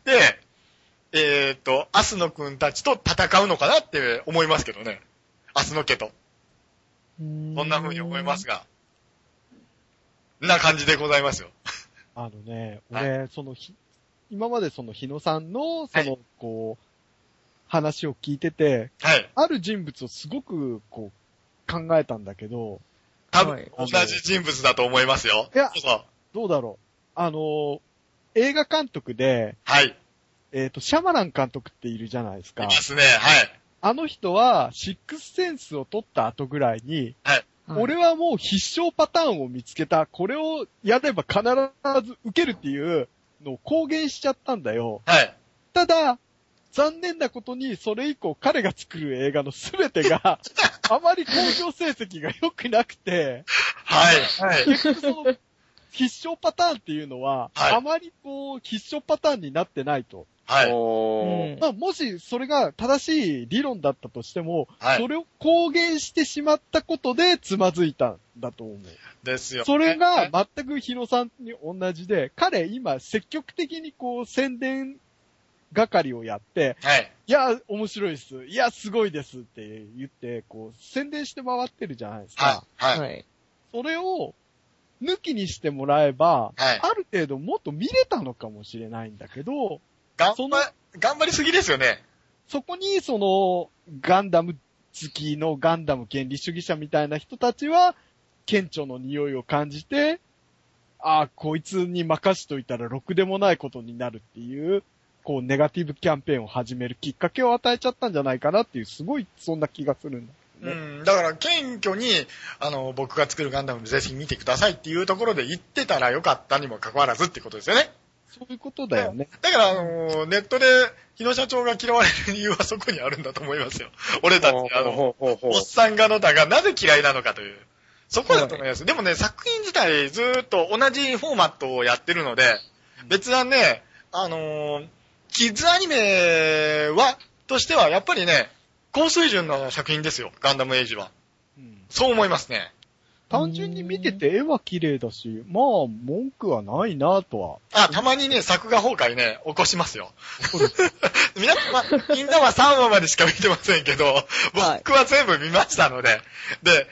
アスノ君たちと戦うのかなって思いますけどね。アスノ家と。そんな風に思いますが。な感じでございますよ。 俺、 はい、 今まで日野さんの、こう、話を聞いてて、 はい。 ある人物をすごく、こう、考えたんだけど、 多分、同じ人物だと思いますよ。 いや、どうだろう。映画監督で、 はい。 シャマラン監督っているじゃないですか。 いますね、はい。 あの人は、シックスセンスを撮った後ぐらいに、 はい。 俺はもう必勝パターンを見つけた。これをやれば必ず受けるっていうのを公言しちゃったんだよ。 はい。 ただ、残念なことにそれ以降彼が作る映画のすべてがあまり興行成績が良くなくて、 はい。はい。 結局その必勝パターンっていうのは、 はい、 あまりこう必勝パターンになってないと。 はい。 まあ、もしそれが正しい理論だったとしても、 はい、 それを公言してしまったことでつまずいたんだと思う。 ですよ。 それが全く日野さんに同じで、彼今積極的にこう宣伝係をやって、 はい。 いや、面白いです。いや、すごいですって言って、こう、宣伝して回ってるじゃないですか。 はい。 はい。 それを、抜きにしてもらえば、 はい、 ある程度もっと見れたのかもしれないんだけど、 頑張りすぎですよね。 そこに、ガンダム好きのガンダム原理主義者みたいな人たちは、顕著の匂いを感じて、ああ、こいつに任しといたらろくでもないことになるっていう、こう、ネガティブキャンペーンを始めるきっかけを与えちゃったんじゃないかなっていう、すごい、そんな気がするんだ、ね。 うん。だから、謙虚に、僕が作るガンダムぜひ見てくださいっていうところで言ってたらよかったにもかかわらずってことですよね。 そういうことだよね。 だから、ネットで、日野社長が嫌われる理由はそこにあるんだと思いますよ。俺たち、おっさんがのだがなぜ嫌いなのかという。そこだと思います。でもね、作品自体ずーっと同じフォーマットをやってるので、別はね、キッズアニメとしては、やっぱりね、高水準の作品ですよ、ガンダムエイジは。うん、そう思いますね。 単純に見てて絵は綺麗だし、まあ、文句はないなとは。 たまにね、作画崩壊ね、起こしますよ。皆さん、みんなは3話までしか見てませんけど、僕は全部見ましたので。で、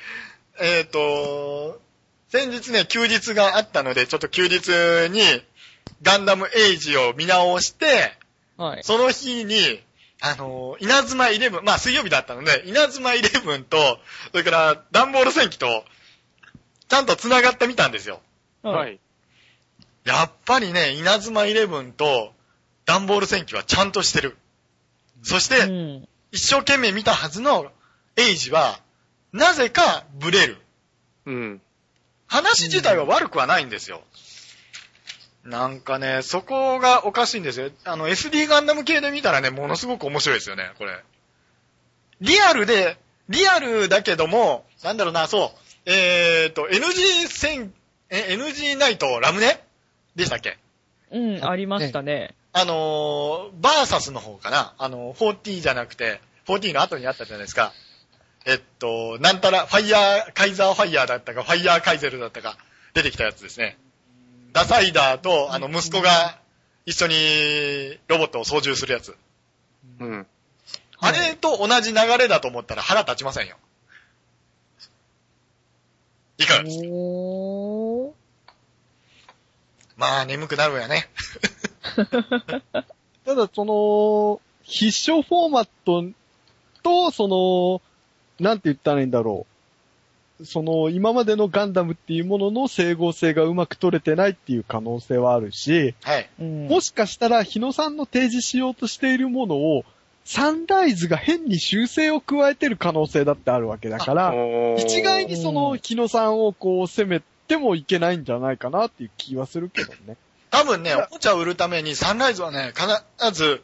先日ね、休日があったので、ちょっと休日に、ガンダムエイジを見直して、 はい、 その日に、稲妻11、まあ水曜日だったので、稲妻11と、それからダンボール戦記と、ちゃんと繋がってみたんですよ。 はい。 やっぱりね、稲妻11とダンボール戦記はちゃんとしてる。そして、一生懸命見たはずのエイジは、なぜかブレる。 うん。 話自体は悪くはないんですよ。なんかね、そこがおかしいんですよ。SD ガンダム系で見たらね、ものすごく面白いですよね、これ。リアルだけども、なんだろうな、そう。NG ナイトラムネでしたっけ？ うん、ありましたね。 バーサスの方かな。40じゃなくて、40の後にあったじゃないですか。なんたら、カイザーファイヤーだったか、ファイヤーカイゼルだったか、出てきたやつですね。ダサイダーと、息子が一緒にロボットを操縦するやつ。 うん。 あれと同じ流れだと思ったら腹立ちませんよ。いかがですか？まあ、眠くなるわよね。 ただ、必勝フォーマットと、なんて言ったらいいんだろう。今までのガンダムっていうものの整合性がうまく取れてないっていう可能性はあるし、 はい。 もしかしたら、日野さんの提示しようとしているものを、サンライズが変に修正を加えてる可能性だってあるわけだから、一概に日野さんをこう攻めてもいけないんじゃないかなっていう気はするけどね。 多分ね、おもちゃを売るためにサンライズはね、必ず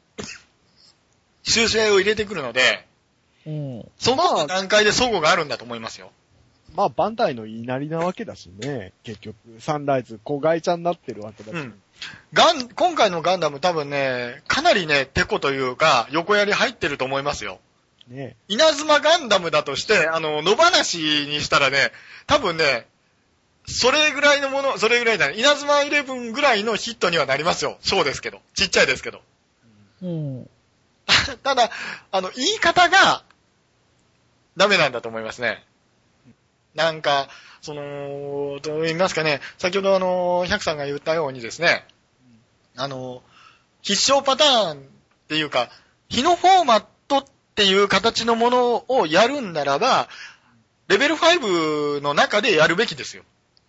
修正を入れてくるので、その段階で齟齬があるんだと思いますよ。 まあ、バンダイの言いなりなわけだしね、結局。サンライズ、子会社になってるわけだし。 今回のガンダム多分ね、かなりね、テコというか、横やり入ってると思いますよ。 ね。 稲妻ガンダムだとして、野放しにしたらね、多分ね、それぐらいだね、稲妻11ぐらいのヒットにはなりますよ。そうですけど。ちっちゃいですけど。ただ、言い方が、ダメなんだと思いますね。なんか、どう言いますかね、先ほど百さんが言ったようにですね、必勝パターンっていうか、日のフォーマットっていう形のものをやるんならば、レベル5の中でやるべきですよ。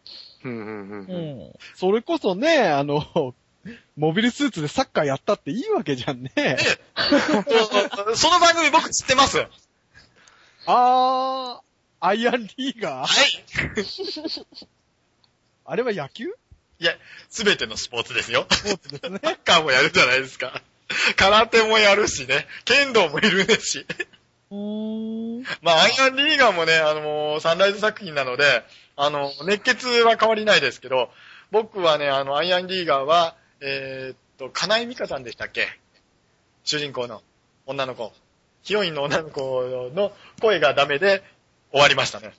それこそね、モビルスーツでサッカーやったっていいわけじゃんね。 その番組僕知ってます。 アイアンリーガーはい。 あれは野球いや、すべてのスポーツですよ。 スポーツですね。 サッカーもやるじゃないですか。空手もやるしね。剣道もいるですし。まあ、アイアンリーガーもね、サンライズ作品なので、熱血は変わりないですけど、僕はね、アイアンリーガーは、金井美香さんでしたっけ？主人公の女の子。ヒロインの女の子の声がダメで終わりましたね。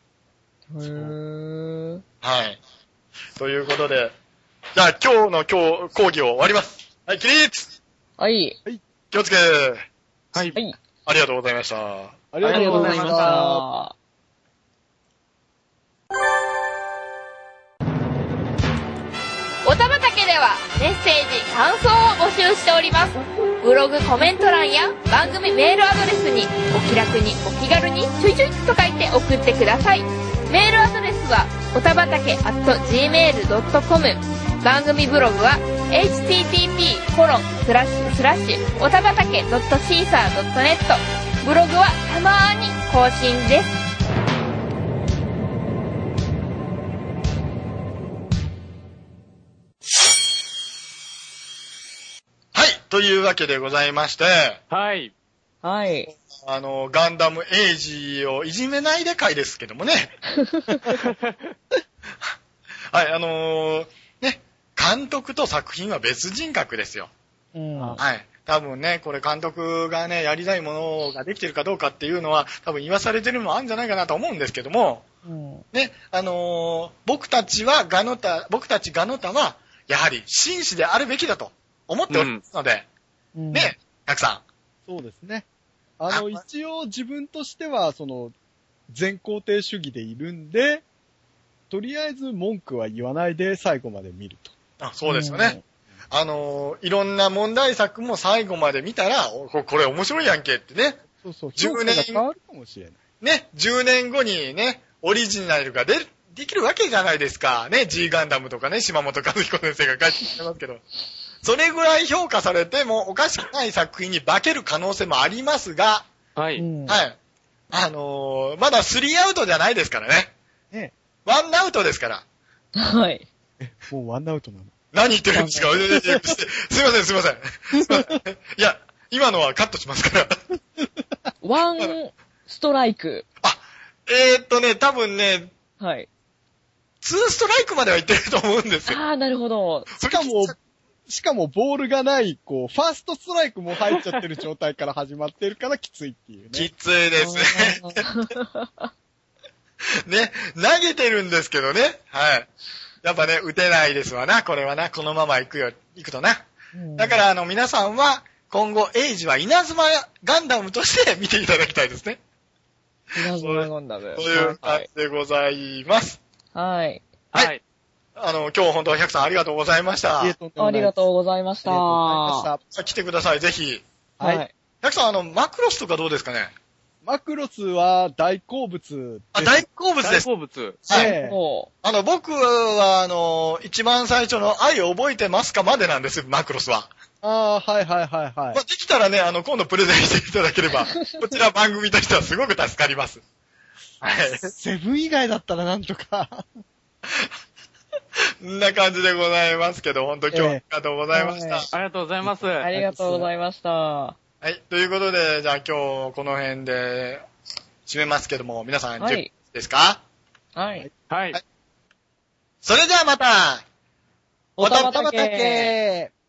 はい。ということで、じゃあ今日の講義を終わります。はい、起立！ はい。 気をつけ！ はい。 ありがとうございました。 ありがとうございました。 おたまたけではメッセージ、感想を募集しております。ブログコメント欄や番組メールアドレスにお気楽にお気軽にちょいちょいと書いて送ってください。メールアドレスはおたばたけ@gmail.com。番組ブログは http:// おたばたけ.caesar.net。ブログはたまーに更新です。 というわけでございまして、 はい。 はい。 ガンダムエイジをいじめないで回ですけどもね。はい、ね、監督と作品は別人格ですよ。はい。多分ね、これ監督がね、やりたいものができてるかどうかっていうのは、多分言わされてるのもあるんじゃないかなと思うんですけども、ね、僕たちガノタは、やはり紳士であるべきだと思っておりますので、ね、たくさん。そうですね。一応自分としては、全肯定主義でいるんで、とりあえず文句は言わないで最後まで見ると。 そうですよね。いろんな問題作も最後まで見たら、これ面白いやんけってね。 そう。10年が変わるかもしれない。 ね、10年後にね、オリジナルができるわけじゃないですか。ね、G ガンダムとかね、島本和彦先生が書いてきてますけど。それぐらい評価されてもおかしくない作品に化ける可能性もありますが、 はい。 はい。まだ3アウトじゃないですからね。 ね。 1アウトですから。 はい。 もう1アウトなの？ 何言ってるんですか？すいません。いや、今のはカットしますから。 ワンストライク。 多分ね、 はい。 2ストライクまでは行ってると思うんですよ。 なるほど。 しかもボールがない、ファーストストライクも入っちゃってる状態から始まってるからきついっていうね。 きついですね。ね、投げてるんですけどね。はい。やっぱね、打てないですわな、これはな。このまま行くとな。だから皆さんは、今後、エイジは稲妻ガンダムとして見ていただきたいですね。 稲妻ガンダム。 という感じでございます。 はい。 はい。今日本当は100さんありがとうございました。 ありがとうございました。 来てください、ぜひ。 はい。 100さん、マクロスとかどうですかね？ マクロスは大好物です。 大好物です。 大好物。 はい。僕は、一番最初の愛を覚えてますかまでなんですよ、マクロスは。 はい。 できたらね、今度プレゼンしていただければ、こちら番組としてはすごく助かります。はい。 セブン以外だったらなんとか。 こんな感じでございますけど、本当今日はありがとうございました。 ありがとうございます。 ありがとうございました。 はい。ということで、じゃあ今日この辺で締めますけども、皆さん準備ですか？ はい。 はい。 それではまたおたまたけ